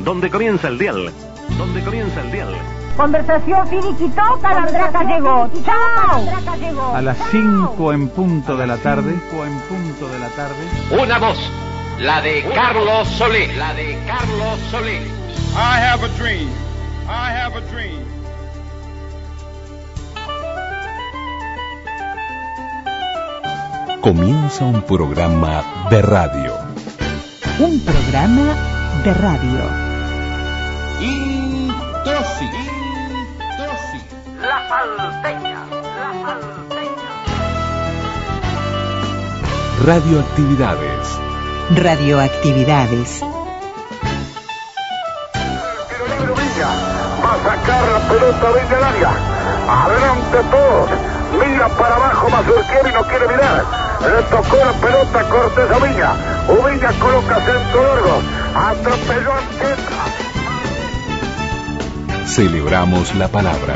donde comienza el dial. Donde comienza el dial. Conversación finiquitó, Calandraca llegó. ¡Chao! A las 5 en punto de la tarde. Una voz, la de Carlos Solé. I have a dream. Comienza un programa de radio. Un programa de radio. Introsi. La Salteña. Radioactividades. Radioactividades. Tiro libre Villa. Va a sacar la pelota Villa al área. Adelante todos. Mira para abajo Mazurkiewicz, no quiere mirar. Le tocó la pelota Cortés a Villa. Villa coloca centro largo. Atropelló a Anqueta. Celebramos la palabra.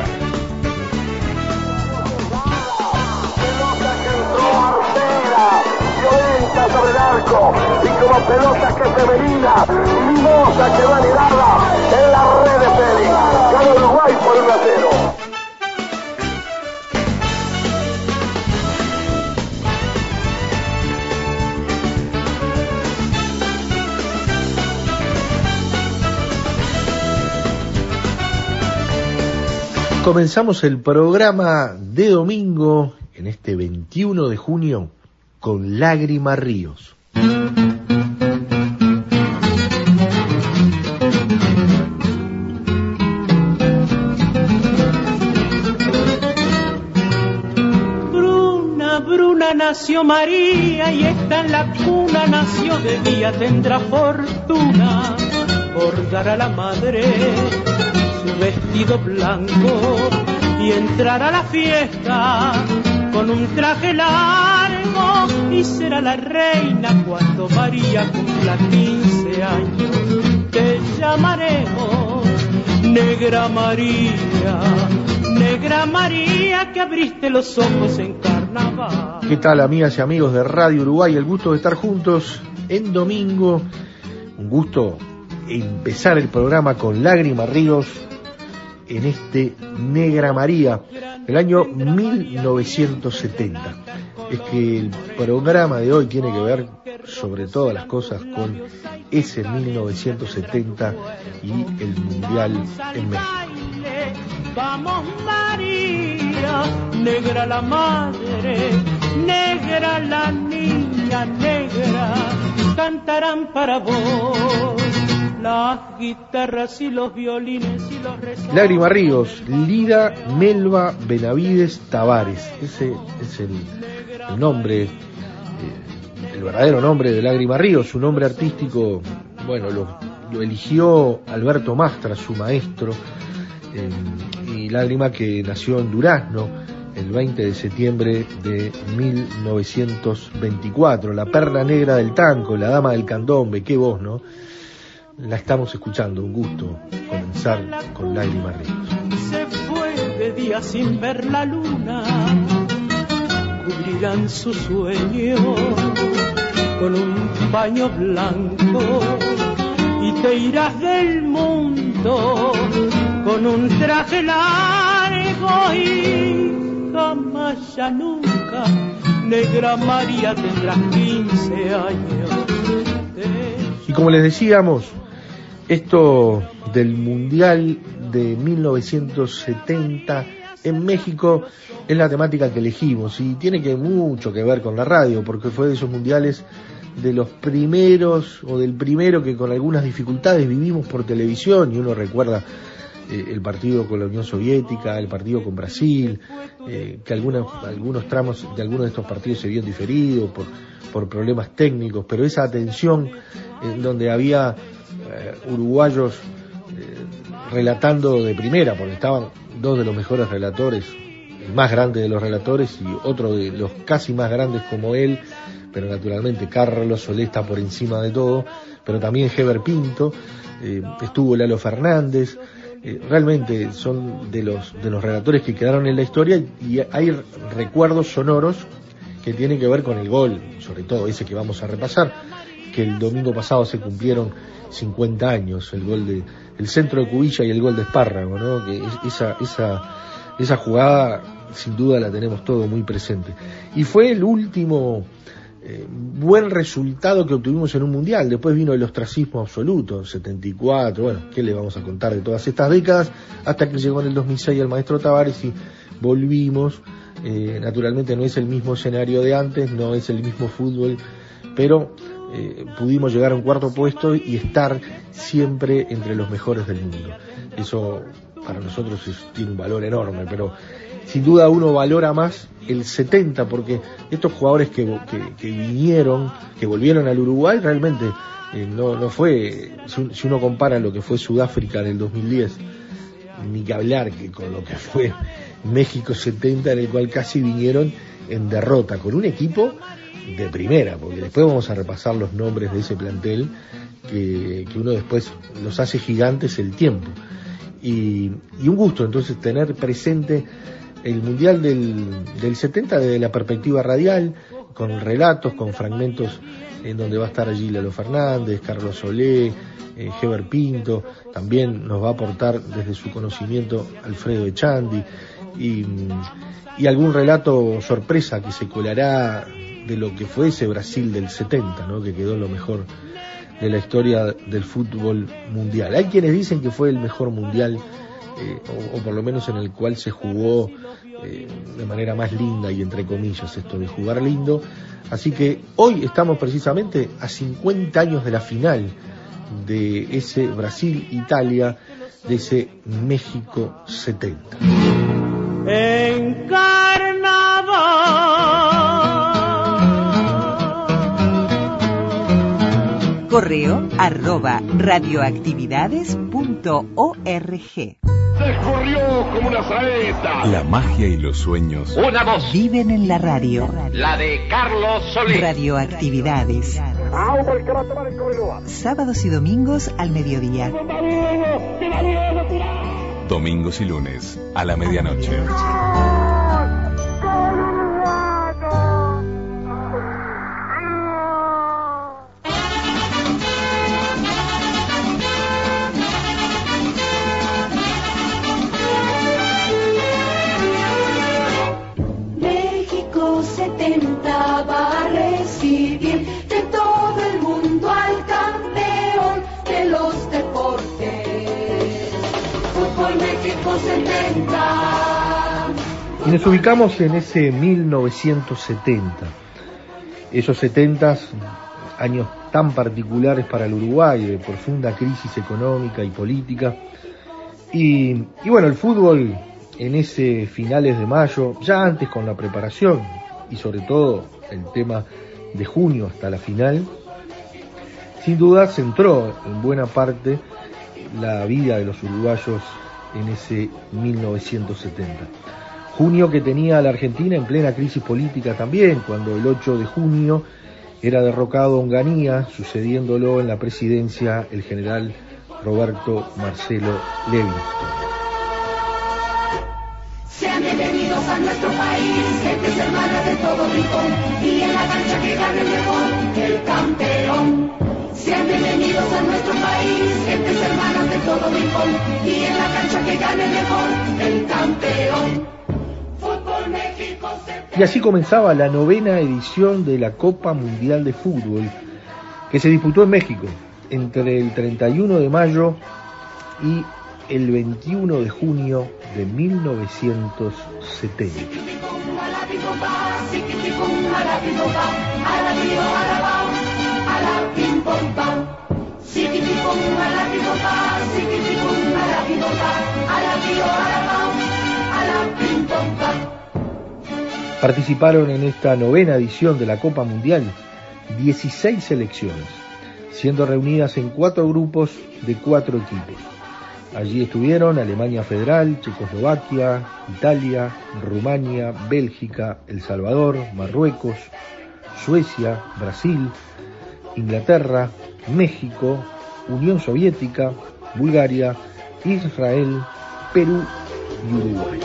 Sobre el arco y como pelota que se venida, mimosa que va anidada en la red de Félix. Gana Uruguay por 1-0. Comenzamos el programa de domingo en este 21 de junio con Lágrima Ríos. Bruna nació María y está en la cuna, nació de día, tendrá fortuna por dar a la madre su vestido blanco y entrar a la fiesta con un traje largo y será la reina cuando María cumpla 15 años. Te llamaremos Negra María que abriste los ojos en carnaval. ¿Qué tal, amigas y amigos de Radio Uruguay? El gusto de estar juntos en domingo. Un gusto empezar el programa con Lágrima Ríos en este Negra María, el año 1970. Es que el programa de hoy tiene que ver, sobre todas las cosas, con ese 1970 y el Mundial en México. Vamos María, negra la madre, negra la niña, negra, cantarán para vos las guitarras y los violines y los resones. Lágrima Ríos, Lida Melba Benavides Tavares. Ese es el nombre, el verdadero nombre de Lágrima Ríos. Su nombre artístico, bueno, lo eligió Alberto Mastra, su maestro, y Lágrima, que nació en Durazno el 20 de septiembre de 1924. La perla negra del tango, la dama del candombe, qué voz, ¿no? La estamos escuchando, un gusto comenzar con Lágrima Ríos. Se fue de día sin ver la luna, cubrirán su sueño con un paño blanco y te irás del mundo con un traje largo y jamás ya nunca, Negra María, tendrás 15 años. Y como les decíamos, esto del Mundial de 1970 en México es la temática que elegimos y tiene mucho que ver con la radio, porque fue de esos mundiales de los primeros, o del primero que con algunas dificultades vivimos por televisión, y uno recuerda el partido con la Unión Soviética, el partido con Brasil, que algunos tramos de algunos de estos partidos se vieron diferidos por problemas técnicos, pero esa atención en donde había uruguayos relatando de primera, porque estaban dos de los mejores relatores, el más grande de los relatores y otro de los casi más grandes como él, pero naturalmente Carlos Solé está por encima de todo, pero también Heber Pinto, estuvo Lalo Fernández. Realmente son de los relatores que quedaron en la historia, y hay recuerdos sonoros que tienen que ver con el gol, sobre todo ese que vamos a repasar, que el domingo pasado se cumplieron 50 años, el centro de Cubilla y el gol de Espárrago, ¿no? Que esa jugada sin duda la tenemos todo muy presente. Y fue el último buen resultado que obtuvimos en un mundial. Después vino el ostracismo absoluto, 74, bueno, ¿qué le vamos a contar de todas estas décadas? Hasta que llegó en el 2006 el maestro Tavares y volvimos. Naturalmente no es el mismo escenario de antes, no es el mismo fútbol, pero pudimos llegar a un cuarto puesto y estar siempre entre los mejores del mundo. Eso para nosotros tiene un valor enorme, pero sin duda uno valora más el 70, porque estos jugadores que vinieron, que volvieron al Uruguay, realmente no fue, si uno compara lo que fue Sudáfrica en el 2010, ni que hablar que con lo que fue México 70, en el cual casi vinieron en derrota, con un equipo de primera, porque después vamos a repasar los nombres de ese plantel, que uno después los hace gigantes el tiempo. Y un gusto entonces tener presente el Mundial del 70 desde la perspectiva radial, con relatos, con fragmentos en donde va a estar allí Lalo Fernández, Carlos Solé, Heber Pinto, también nos va a aportar desde su conocimiento Alfredo Echandi, y algún relato sorpresa que se colará de lo que fue ese Brasil del 70, ¿no? Que quedó lo mejor de la historia del fútbol mundial. Hay quienes dicen que fue el mejor mundial, o por lo menos en el cual se jugó de manera más linda, y entre comillas esto de jugar lindo. Así que hoy estamos precisamente a 50 años de la final de ese Brasil-Italia, de ese México 70. En carnaval Correo @radioactividades.org. Se corrió como una saeta. La magia y los sueños Una voz, Viven en la radio. la de Carlos Solé. Radioactividades. Sábados y domingos al mediodía. domingos y lunes a la medianoche. México 70 va a recibir de todo el mundo al campeón de los deportes. Fútbol México 70. Y nos ubicamos en ese 1970, esos 70 años tan particulares para el Uruguay, de profunda crisis económica y política, y bueno, el fútbol en ese finales de mayo, ya antes con la preparación y sobre todo el tema de junio hasta la final, sin duda centró en buena parte la vida de los uruguayos en ese 1970. Junio que tenía a la Argentina en plena crisis política también, cuando el 8 de junio era derrocado Onganía, sucediéndolo en la presidencia el general Roberto Marcelo Levingston. Sean bienvenidos a nuestro país, gentes hermanas de todo rincón, y en la cancha que gane el mejor, el campeón. Sean bienvenidos a nuestro país, gentes hermanas de todo rincón, y en la cancha que gane el mejor, el campeón. Fútbol México 70. Y así comenzaba la 9ª edición de la Copa Mundial de Fútbol, que se disputó en México entre el 31 de mayo y el 21 de junio de 1970. Participaron en esta 9ª edición de la Copa Mundial 16 selecciones, siendo reunidas en 4 grupos de 4 equipos. Allí estuvieron Alemania Federal, Checoslovaquia, Italia, Rumania, Bélgica, El Salvador, Marruecos, Suecia, Brasil, Inglaterra, México, Unión Soviética, Bulgaria, Israel, Perú y Uruguay.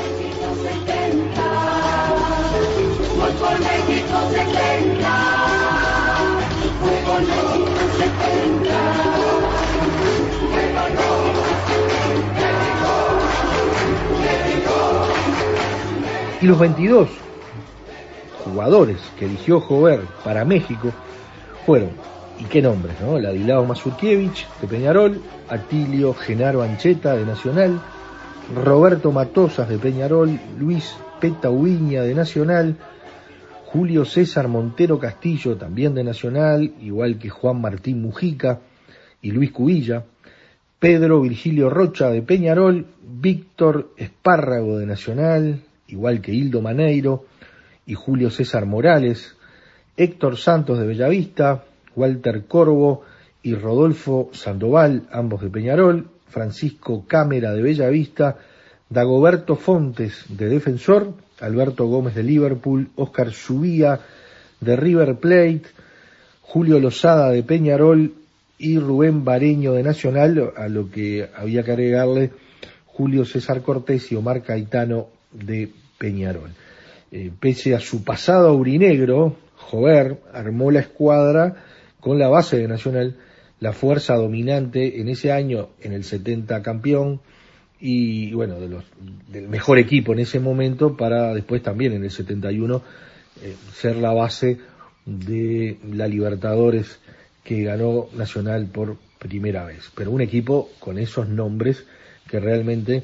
Fútbol México 70. Fútbol México Y los 22 jugadores que eligió Jover para México fueron, y qué nombres, ¿no? Ladislao Mazurkiewicz de Peñarol, Atilio Genaro Ancheta de Nacional, Roberto Matosas de Peñarol, Luis Peta Ubiña de Nacional, Julio César Montero Castillo también de Nacional, igual que Juan Martín Mujica y Luis Cubilla, Pedro Virgilio Rocha de Peñarol, Víctor Espárrago de Nacional, igual que Hildo Maneiro y Julio César Morales, Héctor Santos de Bellavista, Walter Corvo y Rodolfo Sandoval, ambos de Peñarol, Francisco Cámara de Bellavista, Dagoberto Fontes de Defensor, Alberto Gómez de Liverpool, Óscar Subía de River Plate, Julio Lozada de Peñarol y Rubén Bareño de Nacional, a lo que había que agregarle Julio César Cortés y Omar Caetano de Peñarol. Pese a su pasado aurinegro, Jover armó la escuadra con la base de Nacional, la fuerza dominante en ese año, en el 70 campeón, y bueno, del mejor equipo en ese momento, para después también en el 71 ser la base de la Libertadores que ganó Nacional por primera vez. Pero un equipo con esos nombres que realmente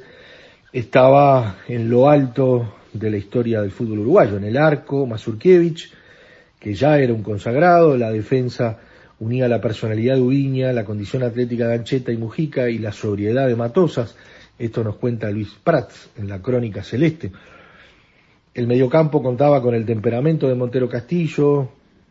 estaba en lo alto de la historia del fútbol uruguayo. En el arco, Mazurkiewicz, que ya era un consagrado, la defensa unía la personalidad de Ubiña, la condición atlética de Ancheta y Mujica y la sobriedad de Matosas. Esto nos cuenta Luis Prats en la Crónica Celeste. El mediocampo contaba con el temperamento de Montero Castillo,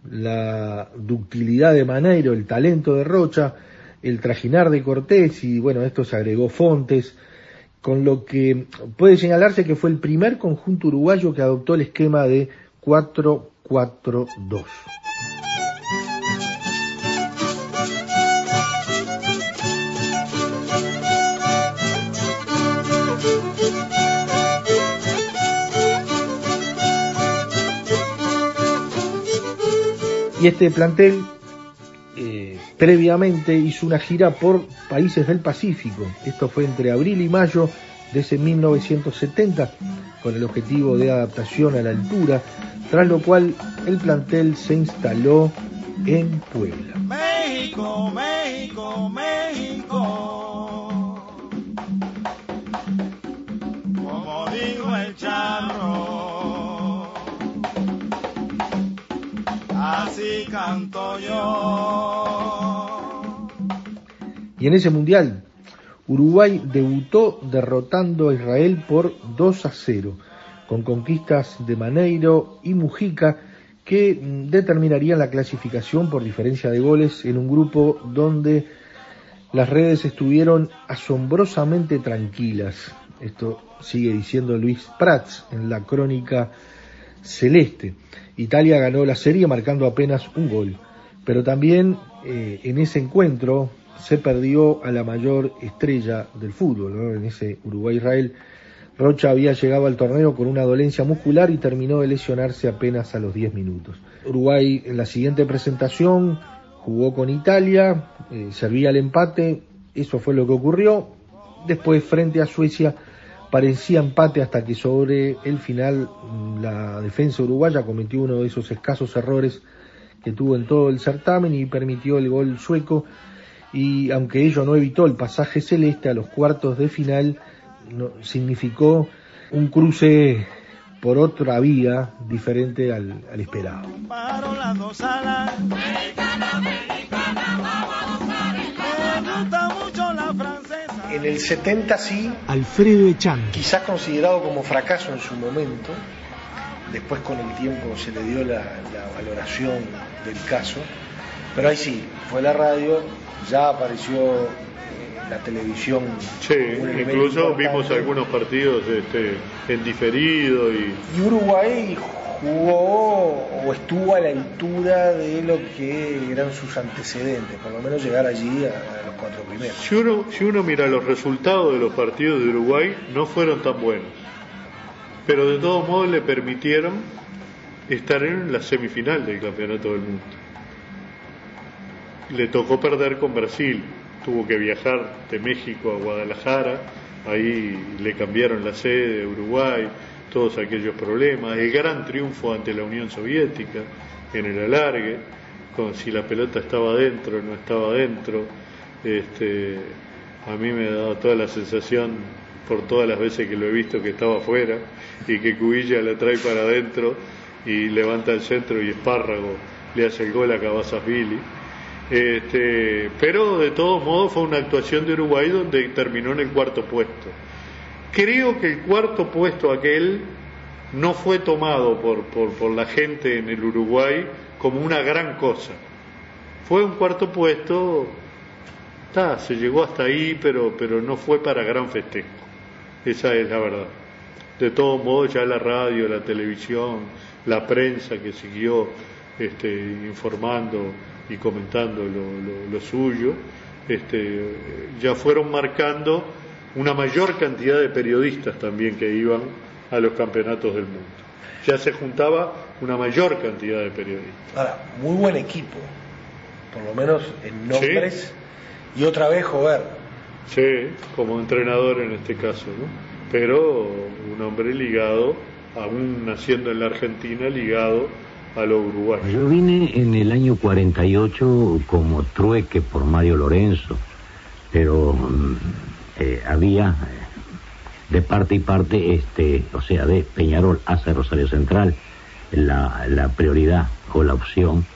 la ductilidad de Maneiro, el talento de Rocha, el trajinar de Cortés y bueno, esto se agregó Fontes, con lo que puede señalarse que fue el primer conjunto uruguayo que adoptó el esquema de 4-4-2. Y este plantel previamente hizo una gira por países del Pacífico. Esto fue entre abril y mayo de ese 1970, con el objetivo de adaptación a la altura, tras lo cual el plantel se instaló en Puebla. México, México, México, como dijo el charro, así canto yo. Y en ese mundial, Uruguay debutó derrotando a Israel por 2-0, con conquistas de Maneiro y Mujica que determinarían la clasificación por diferencia de goles en un grupo donde las redes estuvieron asombrosamente tranquilas. Esto sigue diciendo Luis Prats en la Crónica Celeste. Italia ganó la serie marcando apenas un gol, pero también en ese encuentro se perdió a la mayor estrella del fútbol, ¿no? En ese Uruguay-Israel, Rocha había llegado al torneo con una dolencia muscular y terminó de lesionarse apenas a los 10 minutos. Uruguay en la siguiente presentación jugó con Italia, servía el empate, eso fue lo que ocurrió. Después, frente a Suecia, parecía empate hasta que sobre el final la defensa uruguaya cometió uno de esos escasos errores que tuvo en todo el certamen y permitió el gol sueco. Y aunque ello no evitó el pasaje celeste a los cuartos de final, significó un cruce por otra vía diferente al esperado. En el 70 sí, Alfredo Echán, quizás considerado como fracaso en su momento, después con el tiempo se le dio la valoración del caso, pero ahí sí, fue la radio, ya apareció la televisión. Sí, incluso vimos algunos partidos en diferido y Uruguay jugó o estuvo a la altura de lo que eran sus antecedentes, por lo menos llegar allí a los 4 primeros. Si uno mira los resultados de los partidos de Uruguay, no fueron tan buenos, pero de todos modos le permitieron estar en la semifinal del Campeonato del Mundo. le tocó perder con Brasil, tuvo que viajar de México a Guadalajara, ahí le cambiaron la sede de Uruguay, todos aquellos problemas, el gran triunfo ante la Unión Soviética en el alargue, con si la pelota estaba adentro o no estaba adentro. A mí me ha dado toda la sensación, por todas las veces que lo he visto, que estaba afuera y que Cubilla la trae para adentro y levanta el centro y Espárrago le hace el gol a Cabazas-Billy. Pero de todos modos fue una actuación de Uruguay donde terminó en el cuarto puesto. Creo que el cuarto puesto aquel no fue tomado por la gente en el Uruguay como una gran cosa. Fue un cuarto puesto, se llegó hasta ahí, pero no fue para gran festejo. Esa es la verdad. De todos modos, ya la radio, la televisión, la prensa que siguió informando y comentando lo suyo, ya fueron marcando una mayor cantidad de periodistas también que iban a los campeonatos del mundo. Ya se juntaba una mayor cantidad de periodistas. Ahora, muy buen equipo, por lo menos en nombres, ¿sí? Y otra vez Jover. Sí, como entrenador en este caso, ¿no? Pero un hombre ligado, aún naciendo en la Argentina, ligado a lo uruguayo. Yo vine en el año 48 como trueque por Mario Lorenzo, pero había de parte y parte, o sea, de Peñarol hacia Rosario Central, la prioridad o la opción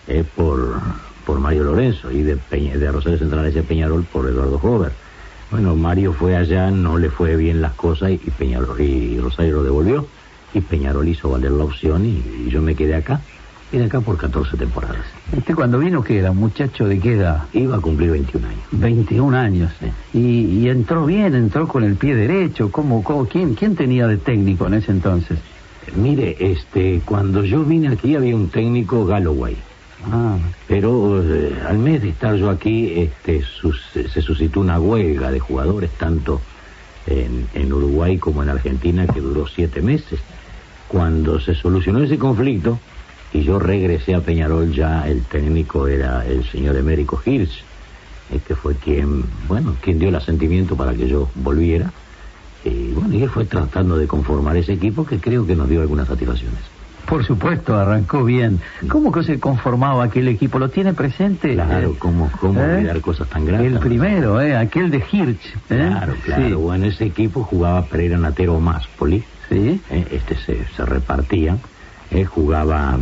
por Mario Lorenzo, y de Rosario Central hacia Peñarol por Eduardo Jover. Bueno, Mario fue allá, no le fue bien las cosas y Rosario lo devolvió, y Peñarol hizo valer la opción y yo me quedé acá. Vine acá por 14 temporadas. ¿Usted cuando vino qué era? ¿Muchacho de qué edad? Iba a cumplir 21 años. 21 años. Sí. Y entró bien, entró con el pie derecho. ¿Quién tenía de técnico en ese entonces? Mire, cuando yo vine aquí había un técnico, Galloway. Pero al mes de estar yo aquí se suscitó una huelga de jugadores, tanto en Uruguay como en Argentina, que duró 7 meses. Cuando se solucionó ese conflicto y yo regresé a Peñarol, ya el técnico era el señor Emérico Hirsch, que fue quien dio el asentimiento para que yo volviera. Y él fue tratando de conformar ese equipo, que creo que nos dio algunas satisfacciones. Por supuesto, arrancó bien. ¿Cómo que se conformaba aquel equipo? ¿Lo tiene presente? Claro, ¿cómo olvidar cosas tan grandes? El primero, aquel de Hirsch. Claro. Sí. Bueno, ese equipo jugaba Pereira, Natero, Máspoli. Sí. Se repartían. Jugaba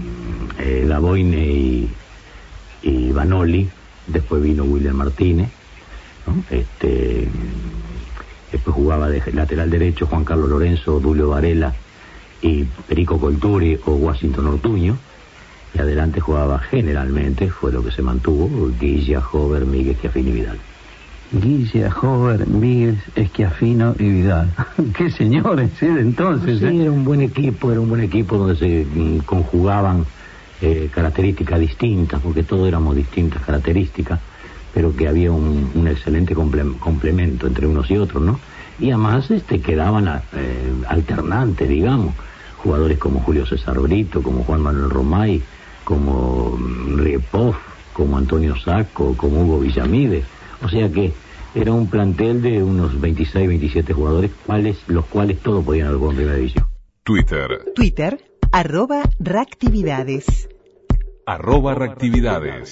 Gaboine y Vanoli. Después vino William Martínez, ¿no? Después jugaba de lateral derecho Juan Carlos Lorenzo, Dulio Varela y Perico Colturi o Washington Ortuño, y adelante jugaba generalmente, fue lo que se mantuvo, Guilla, Jover, Míguez, Schiaffino y Vidal. Guilla, Jover, Míguez, Schiaffino y Vidal. ¡Qué señores, de entonces! Sí, era un buen equipo donde se conjugaban características distintas, porque todos éramos distintas características, pero que había un excelente complemento entre unos y otros, ¿no? Y además quedaban alternantes, digamos, jugadores como Julio César Brito, como Juan Manuel Romay, como Riepov, como Antonio Sacco, como Hugo Villamide. O sea que era un plantel de unos 26, 27 jugadores, los cuales todos podían jugar en primera división. Twitter, @reactividades. @reactividades.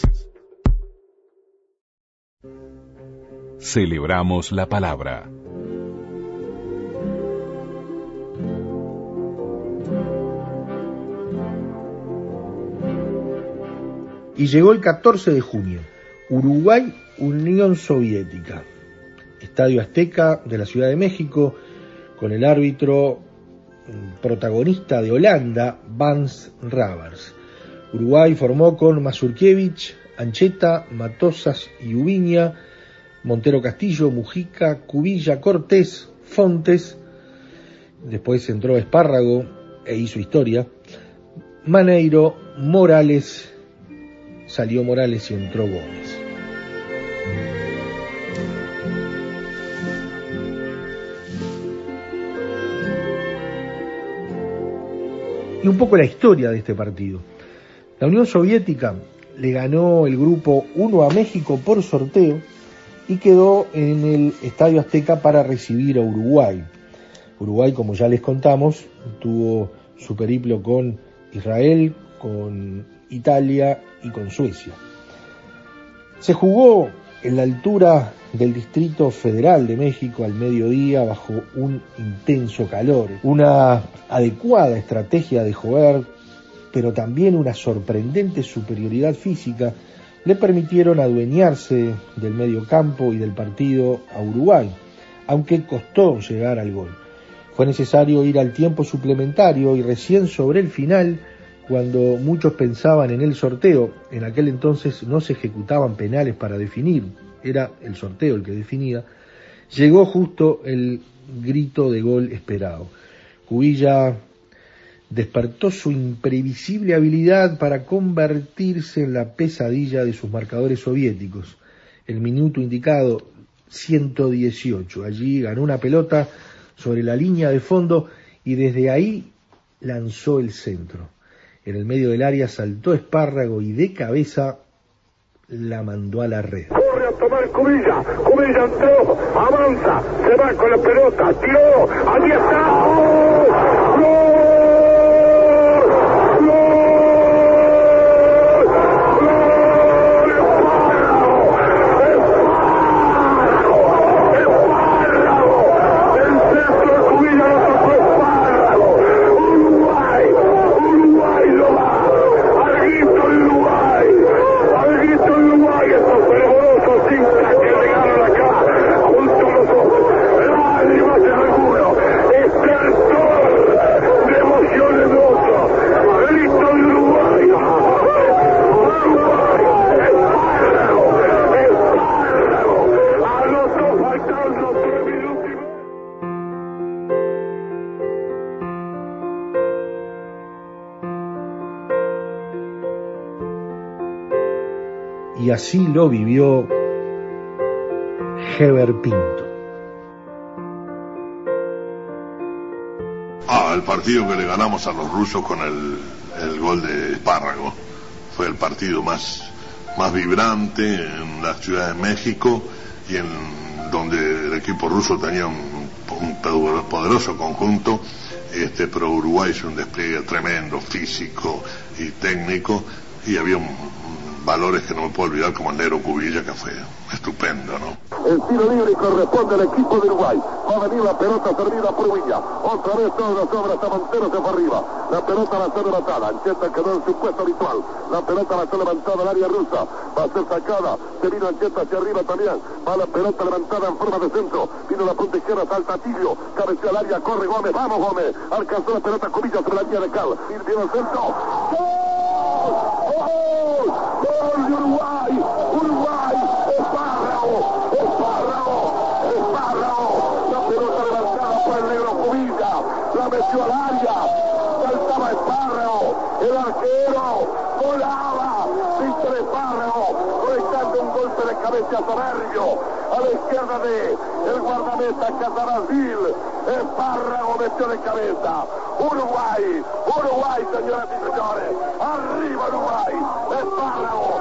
Celebramos la palabra. Y llegó el 14 de junio, Uruguay, Unión Soviética, Estadio Azteca de la Ciudad de México, con el árbitro protagonista de Holanda, Vance Ravers. Uruguay formó con Mazurkiewicz, Ancheta, Matosas y Ubiña, Montero Castillo, Mujica, Cubilla, Cortés, Fontes, después entró Espárrago e hizo historia, Maneiro, Morales, salió Morales y entró Gómez. Y un poco la historia de este partido. La Unión Soviética le ganó el grupo 1 a México por sorteo y quedó en el Estadio Azteca para recibir a Uruguay. Uruguay, como ya les contamos, tuvo su periplo con Israel, con Italia y con Suecia. Se jugó en la altura del Distrito Federal de México al mediodía bajo un intenso calor. Una adecuada estrategia de jugar, pero también una sorprendente superioridad física le permitieron adueñarse del medio campo y del partido a Uruguay, aunque costó llegar al gol. Fue necesario ir al tiempo suplementario y recién sobre el final, cuando muchos pensaban en el sorteo, en aquel entonces no se ejecutaban penales para definir, era el sorteo el que definía, llegó justo el grito de gol esperado. Cubilla despertó su imprevisible habilidad para convertirse en la pesadilla de sus marcadores soviéticos. El minuto indicado, 118. Allí ganó una pelota sobre la línea de fondo y desde ahí lanzó el centro. En el medio del área saltó Espárrago y de cabeza la mandó a la red. Corre a tomar Cubilla entró, avanza, se va con la pelota, tiró, allí está. ¡Oh! ¡Gol! Y así lo vivió Heber Pinto. El partido que le ganamos a los rusos con el gol de Espárrago fue el partido más vibrante en la Ciudad de México y en donde el equipo ruso tenía un poderoso conjunto, pero Uruguay hizo un despliegue tremendo, físico y técnico, y había valores que no me puedo olvidar, como el negro Cubilla, que fue estupendo, ¿no? El tiro libre corresponde al equipo de Uruguay. Va a venir la pelota servida por Villa. Otra vez todas las obras a Montero, se fue arriba. La pelota la hace levantada. Ancheta quedó en su puesto habitual. La pelota la hace levantada al área rusa. Va a ser sacada. Se vino Ancheta hacia arriba también. Va la pelota levantada en forma de centro. Vino la punta izquierda, salta Tilio. Cabeció al área, corre Gómez. Vamos Gómez. Alcanzó la pelota Cubilla sobre la línea de Cal. Viene el centro. ¡Gol! ¡Gol! ¡Gol de Uruguay! ¡Uruguay! ¡Espárrago! La pelota levantada por el negro Cubilla, la metió al área, saltaba Espárrago, el arquero volaba, Víctor Espárrago conectando un golpe de cabeza soberbio a la izquierda de el guardameta Casarazil. Espárrago metió de cabeza. Uruguay, señoras y señores, arriba Uruguay, Espárrago.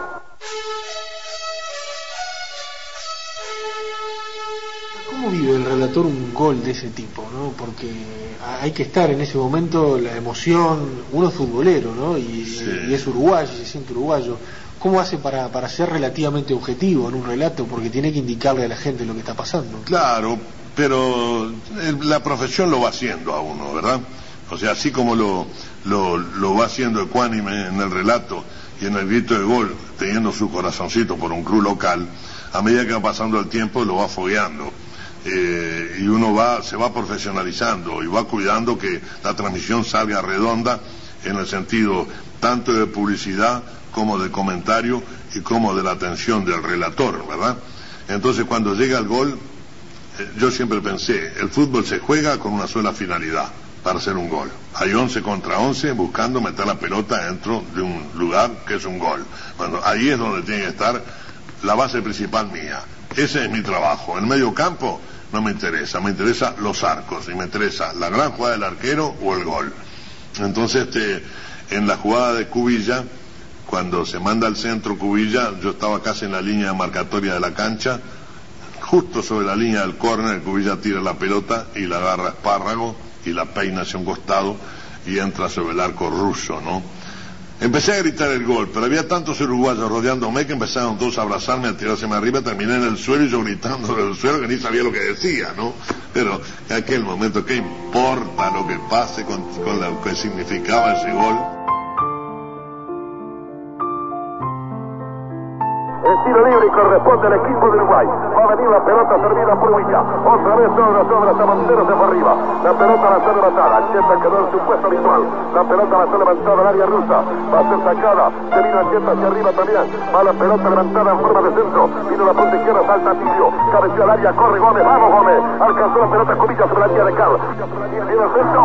¿Cómo vive el relator un gol de ese tipo, ¿no? Porque hay que estar en ese momento, la emoción, uno es futbolero, ¿no? Y es uruguayo, se siente uruguayo. ¿Cómo hace para ser relativamente objetivo en un relato? Porque tiene que indicarle a la gente lo que está pasando. Claro, pero la profesión lo va haciendo a uno, ¿verdad? O sea, así como lo va haciendo ecuánime en el relato y en el grito de gol, teniendo su corazoncito por un club local, a medida que va pasando el tiempo lo va fogueando. Y uno se va profesionalizando y va cuidando que la transmisión salga redonda en el sentido tanto de publicidad como de comentario y como de la atención del relator, ¿verdad? Entonces cuando llega el gol, yo siempre pensé, el fútbol se juega con una sola finalidad, para hacer un gol. Hay 11 contra 11 buscando meter la pelota dentro de un lugar que es un gol. Bueno, ahí es donde tiene que estar la base principal mía. Ese es mi trabajo. El medio campo no me interesa los arcos, y me interesa la gran jugada del arquero o el gol. Entonces, en la jugada de Cubilla, cuando se manda al centro Cubilla, yo estaba casi en la línea marcatoria de la cancha, justo sobre la línea del córner, Cubilla tira la pelota y la agarra Espárrago y la peina hacia un costado y entra sobre el arco ruso, ¿no? Empecé a gritar el gol, pero había tantos uruguayos rodeándome que empezaron todos a abrazarme, a tirárseme arriba, terminé en el suelo y yo gritando en el suelo que ni sabía lo que decía, ¿no? Pero en aquel momento, ¿qué importa lo que pase con lo que significaba ese gol? El tiro libre y corresponde al equipo de Uruguay. Va a venir la pelota servida por Villa. Otra vez sobra Montero, se fue arriba. La pelota va a ser levantada. Ancheta quedó en su puesto habitual. La pelota va a ser levantada al área rusa. Va a ser sacada. Se vino Ancheta hacia arriba también. Va la pelota levantada en forma de centro. Vino la punta izquierda, salta Tilio. Cabeció al área, corre Gómez. Vamos Gómez. Alcanzó la pelota Cubilla sobre la línea de Carlos. Viene el centro.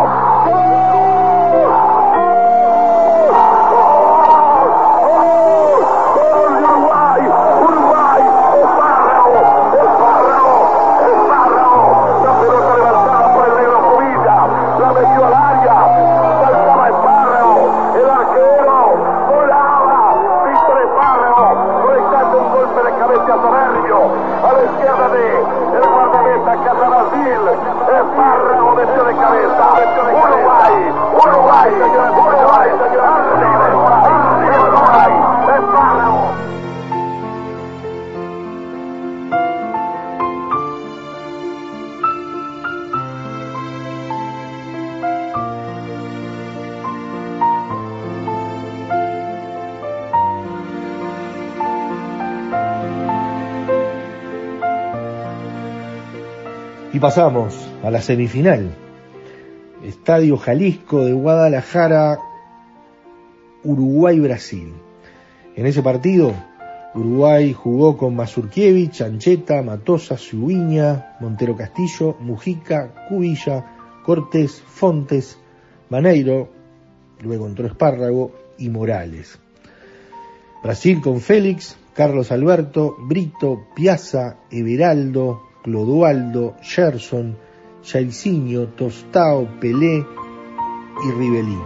Y pasamos a la semifinal. Estadio Jalisco de Guadalajara, Uruguay-Brasil. En ese partido, Uruguay jugó con Mazurkiewicz, Ancheta, Matosa, Subiña, Montero Castillo, Mujica, Cubilla, Cortés, Fontes, Maneiro, luego entró Espárrago y Morales. Brasil con Félix, Carlos Alberto, Brito, Piazza, Everaldo, Clodoaldo, Gerson, Jairzinho, Tostao, Pelé y Riveliño.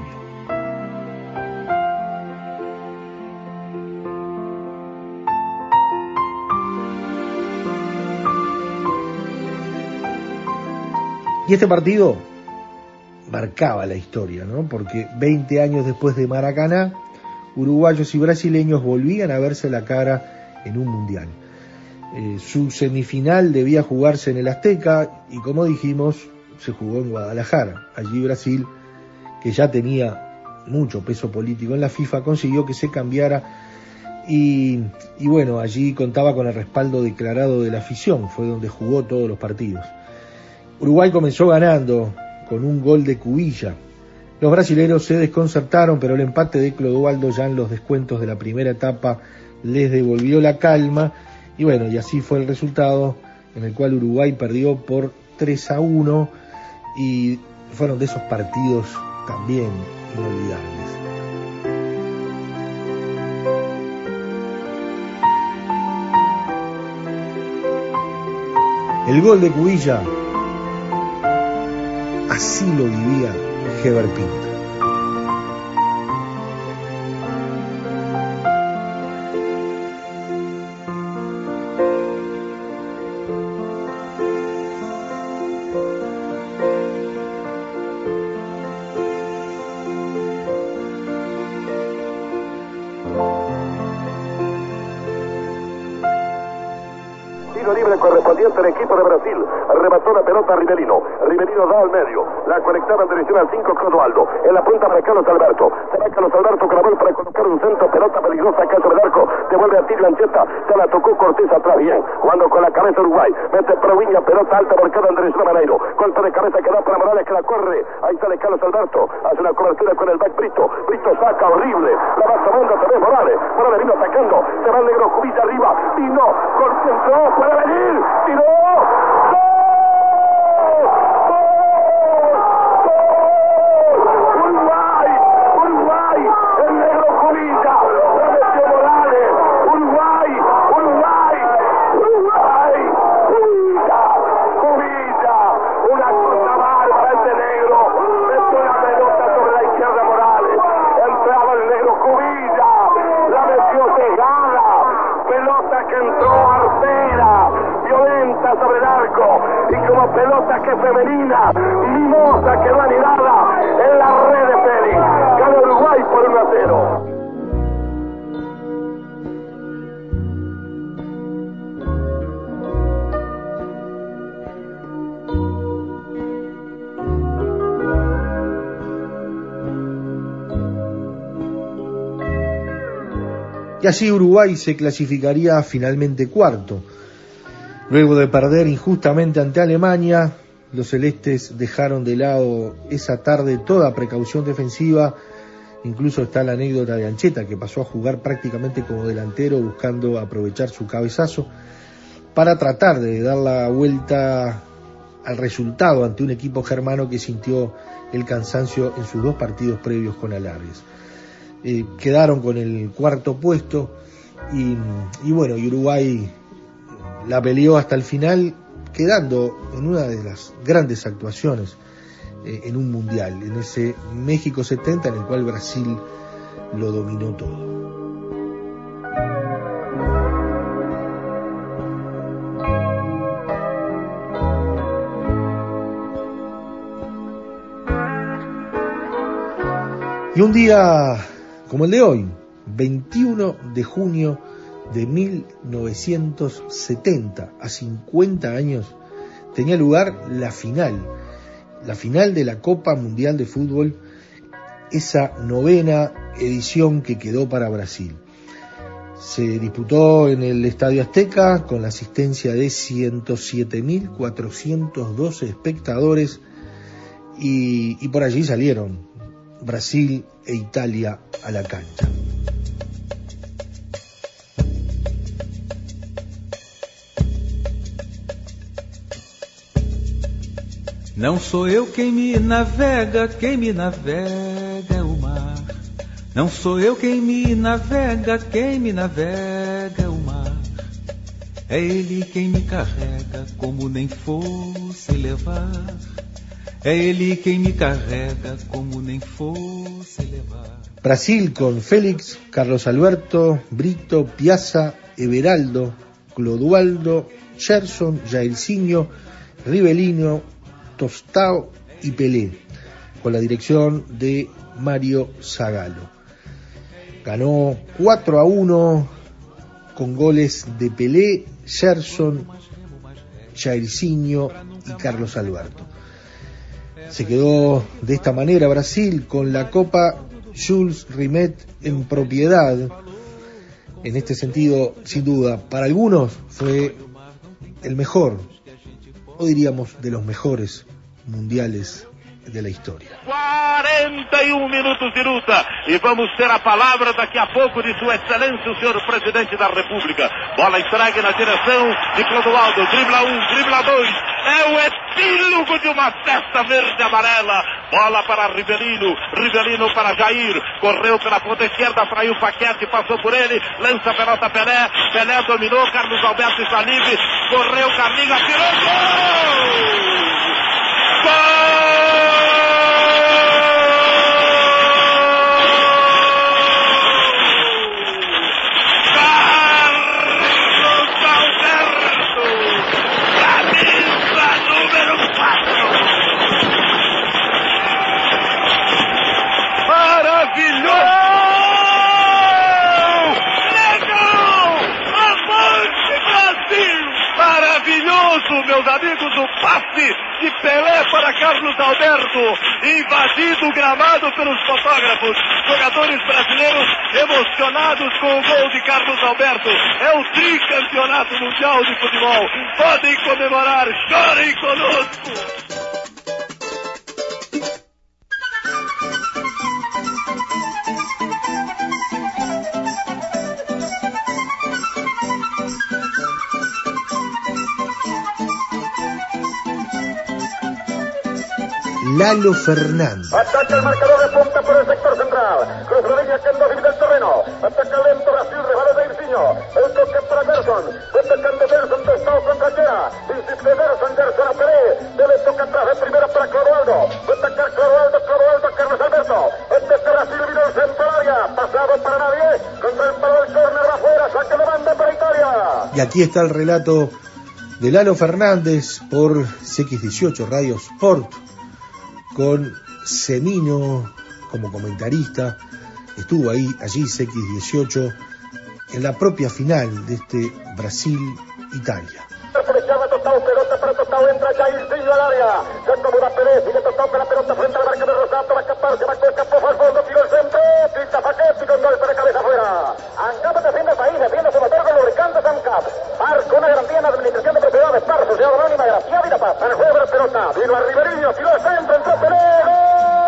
Y este partido marcaba la historia, ¿no? Porque 20 años después de Maracaná, uruguayos y brasileños volvían a verse la cara en un mundial. Su semifinal debía jugarse en el Azteca y, como dijimos, se jugó en Guadalajara. Allí Brasil, que ya tenía mucho peso político en la FIFA, consiguió que se cambiara y bueno, allí contaba con el respaldo declarado de la afición. Fue donde jugó todos los partidos. Uruguay comenzó ganando con un gol de Cubilla. Los brasileños se desconcertaron, pero el empate de Clodoaldo ya en los descuentos de la primera etapa les devolvió la calma. Y bueno, y así fue el resultado, en el cual Uruguay perdió por 3-1 y fueron de esos partidos también inolvidables. El gol de Cubilla, así lo vivía Heber Pinto. Correspondiente al equipo de Brasil, arrebató la pelota a Riveliño da al medio, la conectaba en dirección al 5 Clodoaldo, en la punta para Carlos Alberto, se va Carlos Alberto con la bola para colocar un centro, pelota peligrosa acá sobre el arco, devuelve a Tilio Ancheta, se la tocó Cortés atrás bien, jugando con la cabeza Uruguay, mete Proviña, pelota alta marcada en dirección a Maneiro, golpe de cabeza que da para Morales que la corre, ahí sale Carlos Alberto, hace una cobertura con el back Brito saca horrible, la va tomando otra vez Morales vino atacando, se va el negro Cubilla arriba, vino, concentró, puede venir, tiró, la como pelota que femenina. Mimosa quedó anidada en la red de Félix. Gana Uruguay por 1-0. Y así Uruguay se clasificaría finalmente cuarto. Luego de perder injustamente ante Alemania, los celestes dejaron de lado esa tarde toda precaución defensiva. Incluso está la anécdota de Ancheta, que pasó a jugar prácticamente como delantero, buscando aprovechar su cabezazo para tratar de dar la vuelta al resultado ante un equipo germano que sintió el cansancio en sus 2 partidos previos con alargues. Quedaron con el cuarto puesto y bueno, y Uruguay la peleó hasta el final, quedando en una de las grandes actuaciones en un mundial, en ese México 70 en el cual Brasil lo dominó todo. Y un día como el de hoy, 21 de junio de 1970, a 50 años, tenía lugar la final de la Copa Mundial de Fútbol, esa 9ª edición que quedó para Brasil. Se disputó en el Estadio Azteca con la asistencia de 107.412 espectadores y por allí salieron Brasil e Italia a la cancha. Não sou eu quem me navega é o mar. Não sou eu quem me navega é o mar. É ele quem me carrega como nem fosse levar. É ele quem me carrega como nem fosse levar. Brasil con Félix, Carlos Alberto, Brito, Piazza, Everaldo, Clodoaldo, Gerson, Jairzinho, Rivelino, Tostao y Pelé, con la dirección de Mario Zagallo. Ganó 4-1 con goles de Pelé, Gerson, Jairzinho y Carlos Alberto. Se quedó de esta manera Brasil con la Copa Jules Rimet en propiedad. En este sentido, sin duda, para algunos fue el mejor, o diríamos de los mejores mundiales de la historia. 41 minutos de luta e vamos ter a palavra daqui a pouco de Sua Excelência o senhor Presidente da República. Bola entregue na direção de Clodoaldo, dribla 1, dribla 2, é o epílogo de uma festa verde e amarela. Bola para Rivelino, Rivelino para Jair, correu pela ponta esquerda, fraiu Paquete, passou por ele, lança a pelota Pelé, Pelé dominou, Carlos Alberto está livre, correu Carlinhos, atirou, gol! Gol! Meus amigos, o passe de Pelé para Carlos Alberto, invadido o gramado pelos fotógrafos, jogadores brasileiros emocionados com o gol de Carlos Alberto. É o tricampeonato mundial de futebol. Podem comemorar, chorem conosco. Lalo Fernández. Ataca el marcador de punta por el sector central. Cruz la línea que en divide el terreno. Ataca lento Brasil, rivales de Jairzinho. El toque para Gerson. Atacando Gerson, Tostao contra Chera. Insiste Gerson, Gerson a Pelé. Debe toca atrás de primera para Clodoaldo. Atacar Clodoaldo a Carlos Alberto. Este Brasil vino al centro del área. Pasado para nadie. Contra el palo del córner afuera. Saque de banda para Italia. Y aquí está el relato de Lalo Fernández por CX18 Radio Sport, con Semino como comentarista. Estuvo allí CX18 en la propia final de este Brasil-Italia. Pelota para Tostao, entra Jairzinho al área, se acomoda Pérez, sigue Tostao con la pelota frente a la marca de Rosato, va a escaparse, va a escapó al fondo, tiró el centro, pinta Paquetti con golpe de cabeza afuera. Ancap defiende el país, defiende su motor con lubricantes Ancap. Marco, una garantía en administración de propiedades, Par, Sociedad Anónima, Gracia, Vida Paz, en el juego de la pelota, vino a Riverinho, tiró el centro, entró Pelé, ¡gol!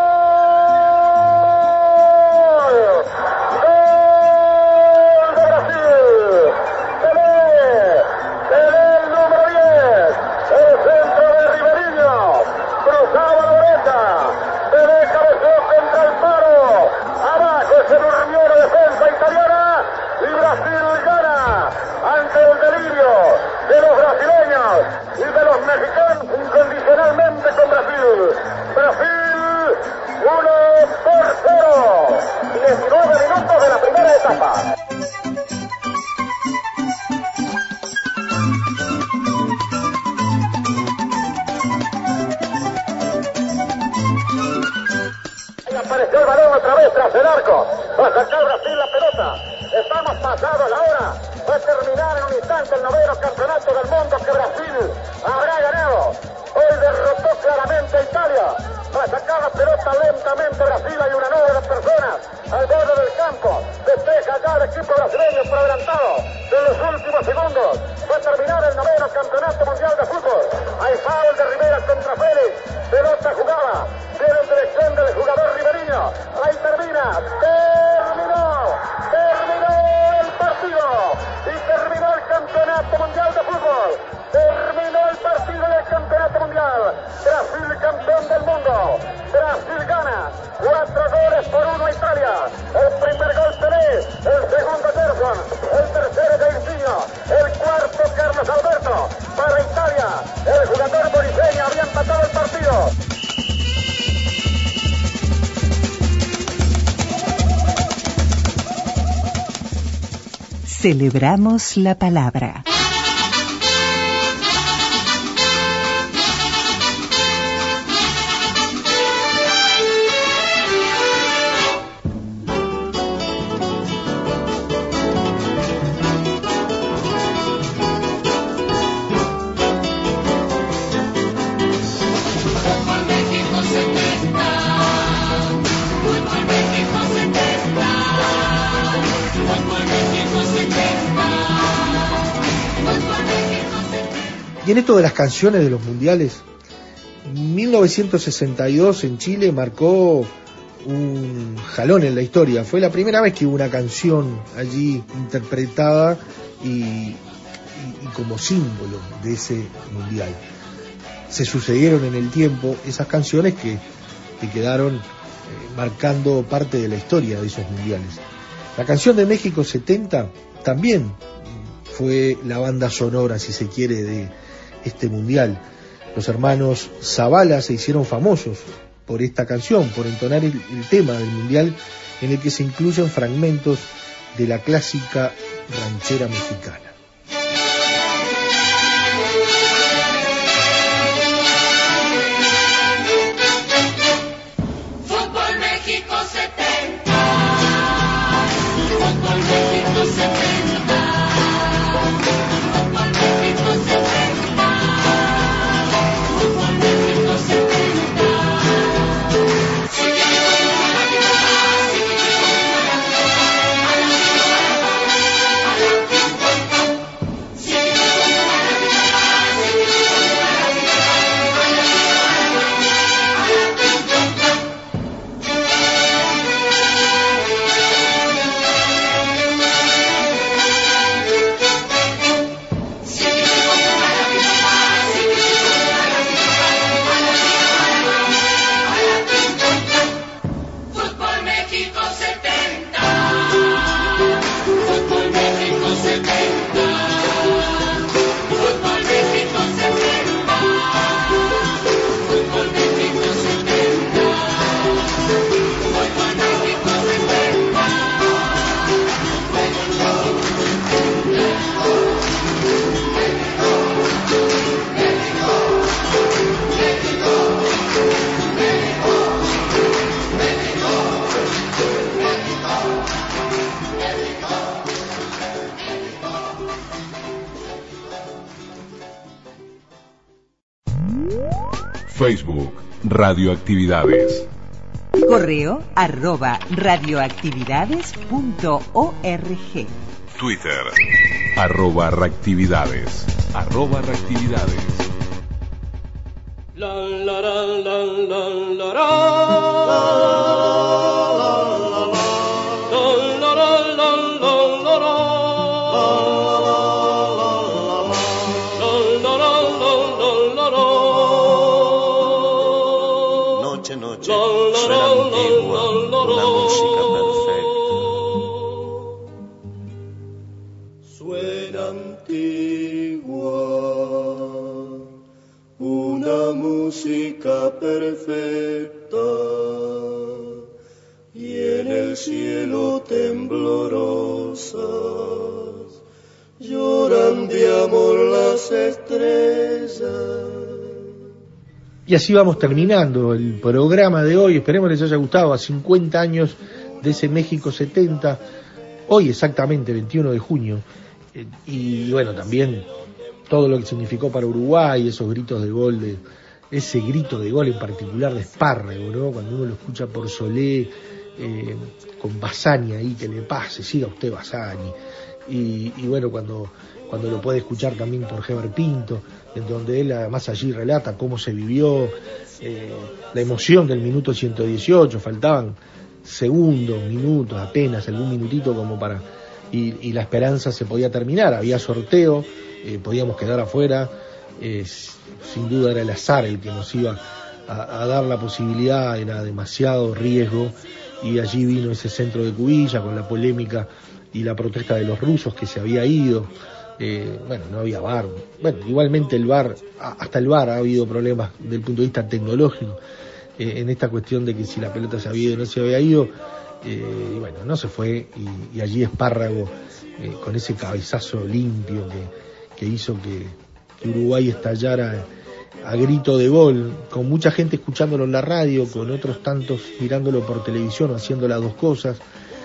De los brasileños y de los mexicanos incondicionalmente con Brasil. Brasil 1-0. 19 minutos de la primera etapa. Y apareció el balón otra vez tras el arco. Va a sacar Brasil la pelota. Estamos pasados la hora. Va a terminar en un instante el noveno campeonato del mundo que Brasil habrá ganado. Hoy derrotó claramente a Italia. Va a sacar la pelota lentamente Brasil. Hay una nube de personas al borde del campo. Despeja ya el equipo brasileño por adelantado. En los últimos segundos va a terminar el noveno campeonato mundial de fútbol. Hay foul de Rivera contra Félix. Pelota jugada. Viene en dirección del jugador Riverinho. Ahí termina. Terminó el partido. Y terminó el campeonato mundial de fútbol. Terminó el partido del campeonato mundial. Brasil campeón del mundo. Brasil gana 4-1 a Italia. El primer gol Pelé, el segundo Gerson, el tercero Jairzinho, el cuarto Carlos Alberto. Para Italia, el jugador boliviano había empatado el partido. Celebramos la palabra. Y en esto de las canciones de los mundiales, 1962 en Chile marcó un jalón en la historia. Fue la primera vez que hubo una canción allí interpretada y como símbolo de ese mundial. Se sucedieron en el tiempo esas canciones que quedaron marcando parte de la historia de esos mundiales. La canción de México 70 también fue la banda sonora, si se quiere, de este mundial. Los hermanos Zavala se hicieron famosos por esta canción, por entonar el tema del mundial, en el que se incluyen fragmentos de la clásica ranchera mexicana. Fútbol México 70. Fútbol México 70. Fútbol México 70. Fútbol México 70. Si quieres Facebook, Radioactividades. Correo @radioactividades.org. Twitter, @reactividades. @reactividades. La la la la la la la. Noche, noche, suena antigua, una música perfecta. Suena antigua, una música perfecta, y en el cielo temblorosas lloran de amor las estrellas. Y así vamos terminando el programa de hoy. Esperemos les haya gustado, a 50 años de ese México 70, hoy exactamente 21 de junio, y bueno, también todo lo que significó para Uruguay, esos gritos de gol, ese grito de gol en particular de Espárrago, ¿no? Cuando uno lo escucha por Solé, con Bassani ahí, que le pase, siga usted Bassani, y bueno, cuando lo puede escuchar también por Heber Pinto, en donde él además allí relata cómo se vivió la emoción del minuto 118, faltaban segundos, minutos, apenas algún minutito como para, y la esperanza se podía terminar, había sorteo, podíamos quedar afuera, sin duda era el azar el que nos iba a dar la posibilidad, era demasiado riesgo, y allí vino ese centro de Cubilla con la polémica y la protesta de los rusos que se había ido. Bueno, no había VAR. Bueno, igualmente el VAR, hasta el VAR ha habido problemas desde el punto de vista tecnológico, en esta cuestión de que si la pelota se había ido o no se había ido, y bueno, no se fue, y allí Espárrago, con ese cabezazo limpio que hizo que Uruguay estallara a grito de gol, con mucha gente escuchándolo en la radio, con otros tantos mirándolo por televisión o haciendo las dos cosas,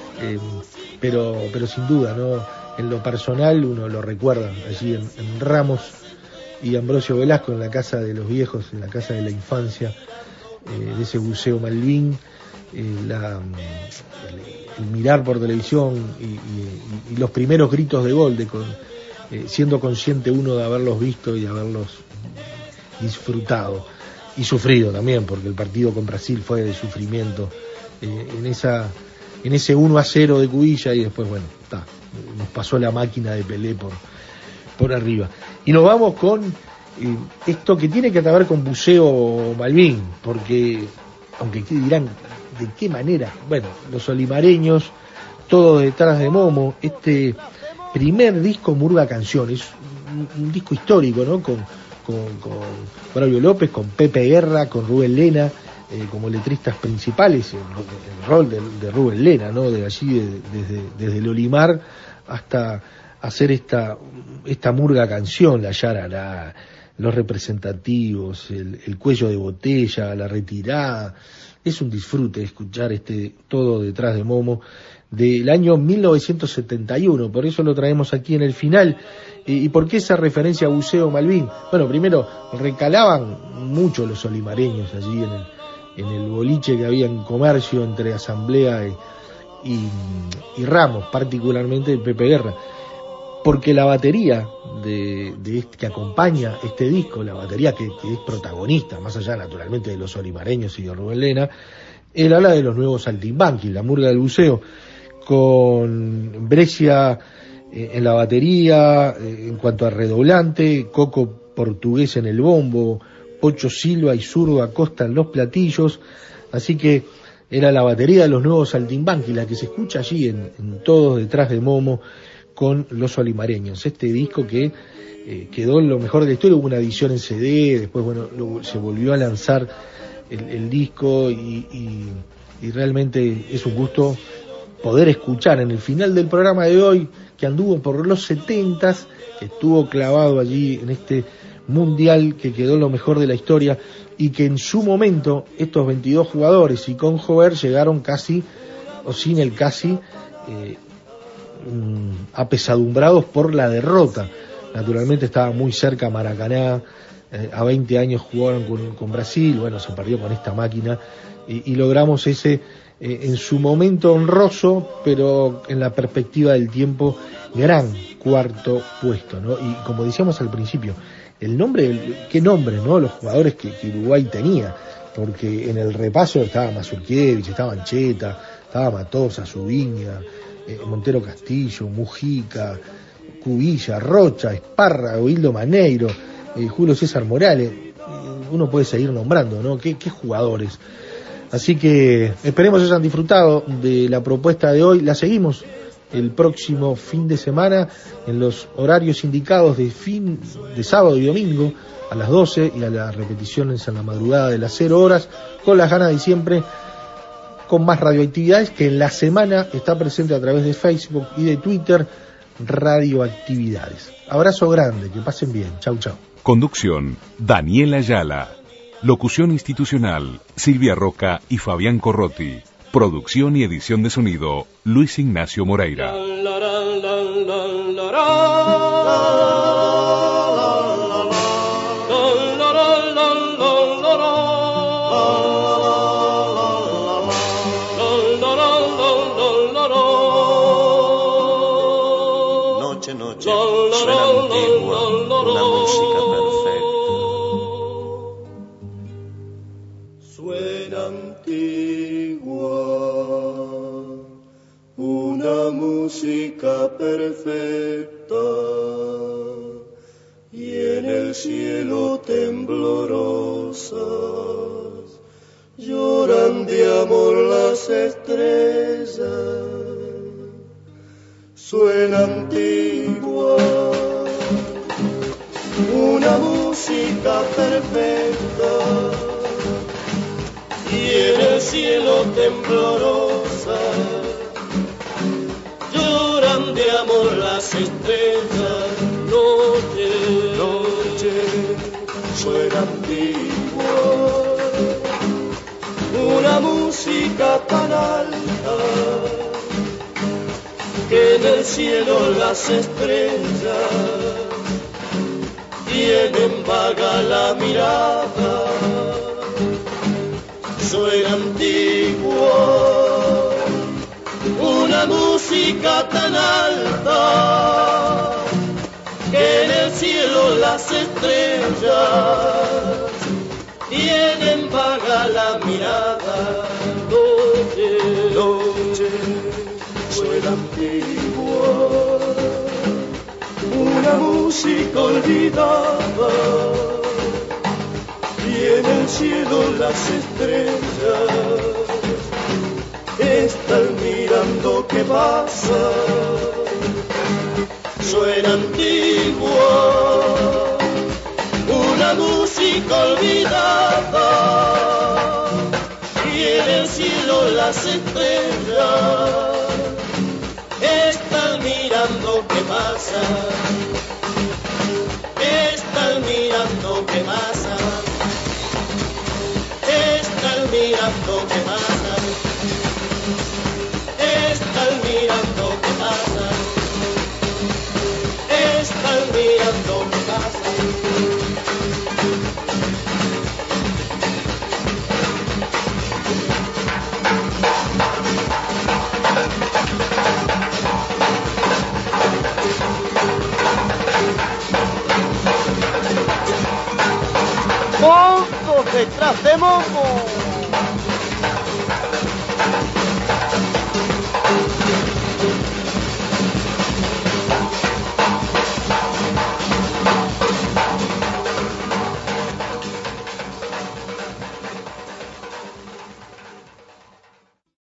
pero sin duda, ¿no? En lo personal uno lo recuerda allí en Ramos y Ambrosio Velasco, en la casa de los viejos, en la casa de la infancia, de ese Buceo Malvin, el mirar por televisión y los primeros gritos de gol, siendo consciente uno de haberlos visto y de haberlos disfrutado y sufrido también, porque el partido con Brasil fue de sufrimiento, en ese 1-0 de Cubilla, y después, bueno, nos pasó la máquina de Pelé por arriba. Y nos vamos con esto que tiene que ver con Buceo Malvin, porque, aunque dirán, ¿de qué manera? Bueno, los olimareños, todo detrás de Momo, este primer disco Murga Canciones, un disco histórico, ¿no? Con Braulio López, con Pepe Guerra, con Rubén Lena, como letristas principales, el rol de Rubén Lena, ¿no? De allí, desde el Olimar hasta hacer esta Murga Canción, la Yarará, los representativos, el cuello de botella, la retirada. Es un disfrute escuchar todo detrás de Momo, del año 1971, por eso lo traemos aquí en el final. ¿Y por qué esa referencia a Buceo Malvin? Bueno, primero, recalaban mucho los olimareños allí en el boliche que había en Comercio entre Asamblea y Ramos, particularmente el Pepe Guerra, porque la batería que acompaña este disco, la batería que es protagonista, más allá naturalmente de los olimareños y de Rubén Lena, él habla de los nuevos saltimbanquis, la murga del buceo, con Brescia en la batería, en cuanto a redoblante, Coco Portugués en el bombo, Pocho Silva y Zurdo Acosta en los platillos, así que era la batería de los nuevos saltimbanquis, la que se escucha allí en Todos detrás de Momo, con los olimareños. Este disco que quedó en lo mejor de la historia, hubo una edición en CD, después se volvió a lanzar el disco y realmente es un gusto poder escuchar en el final del programa de hoy, que anduvo por los 70s, que estuvo clavado allí en este mundial que quedó en lo mejor de la historia, y que en su momento estos 22 jugadores y con Jover llegaron casi, o sin el casi, apesadumbrados por la derrota. Naturalmente estaba muy cerca Maracaná, a 20 años jugaron con Brasil, bueno, se perdió con esta máquina y logramos ese, en su momento honroso, pero en la perspectiva del tiempo, gran cuarto puesto, ¿no? Y como decíamos al principio, el nombre, qué nombre, ¿no? Los jugadores que Uruguay tenía, porque en el repaso estaba Mazurkiewicz, estaba Ancheta, estaba Matosa, Zubiña, Montero Castillo, Mujica, Cubilla, Rocha, Espárrago, Hildo Maneiro, Julio César Morales, uno puede seguir nombrando, ¿no? Qué jugadores. Así que esperemos hayan disfrutado de la propuesta de hoy. La seguimos el próximo fin de semana en los horarios indicados de sábado y domingo a las 12 y a las repeticiones en la madrugada de las 0 horas, con las ganas de siempre, con más radioactividades que en la semana está presente a través de Facebook y de Twitter, Radioactividades. Abrazo grande, que pasen bien. Chau, chau. Conducción, Daniela Ayala. Locución institucional, Silvia Roca y Fabián Corrotti. Producción y edición de sonido, Luis Ignacio Moreira. Noche, noche, suena antigua, una música perfecta. Suena antigua, una música perfecta, y en el cielo temblorosas lloran de amor las estrellas. Suena antigua, una música perfecta, y en el cielo temblorosa lloran de amor las estrellas. Noche, noche, suena antigua, una música tan alta que en el cielo las estrellas tienen vaga la mirada. Suena antigua, una música tan alta que en el cielo las estrellas tienen vaga la mirada. Noche, noche, suena antigua, una música olvidada, y en el cielo las estrellas están mirando qué pasa. Suena antigua, una música olvidada, y en el cielo las estrellas están mirando qué pasa. Están mirando qué pasa. Están mirando qué pasa. Están mirando qué pasa. Están mirando qué pasa. Monstruos detrás de monstruos.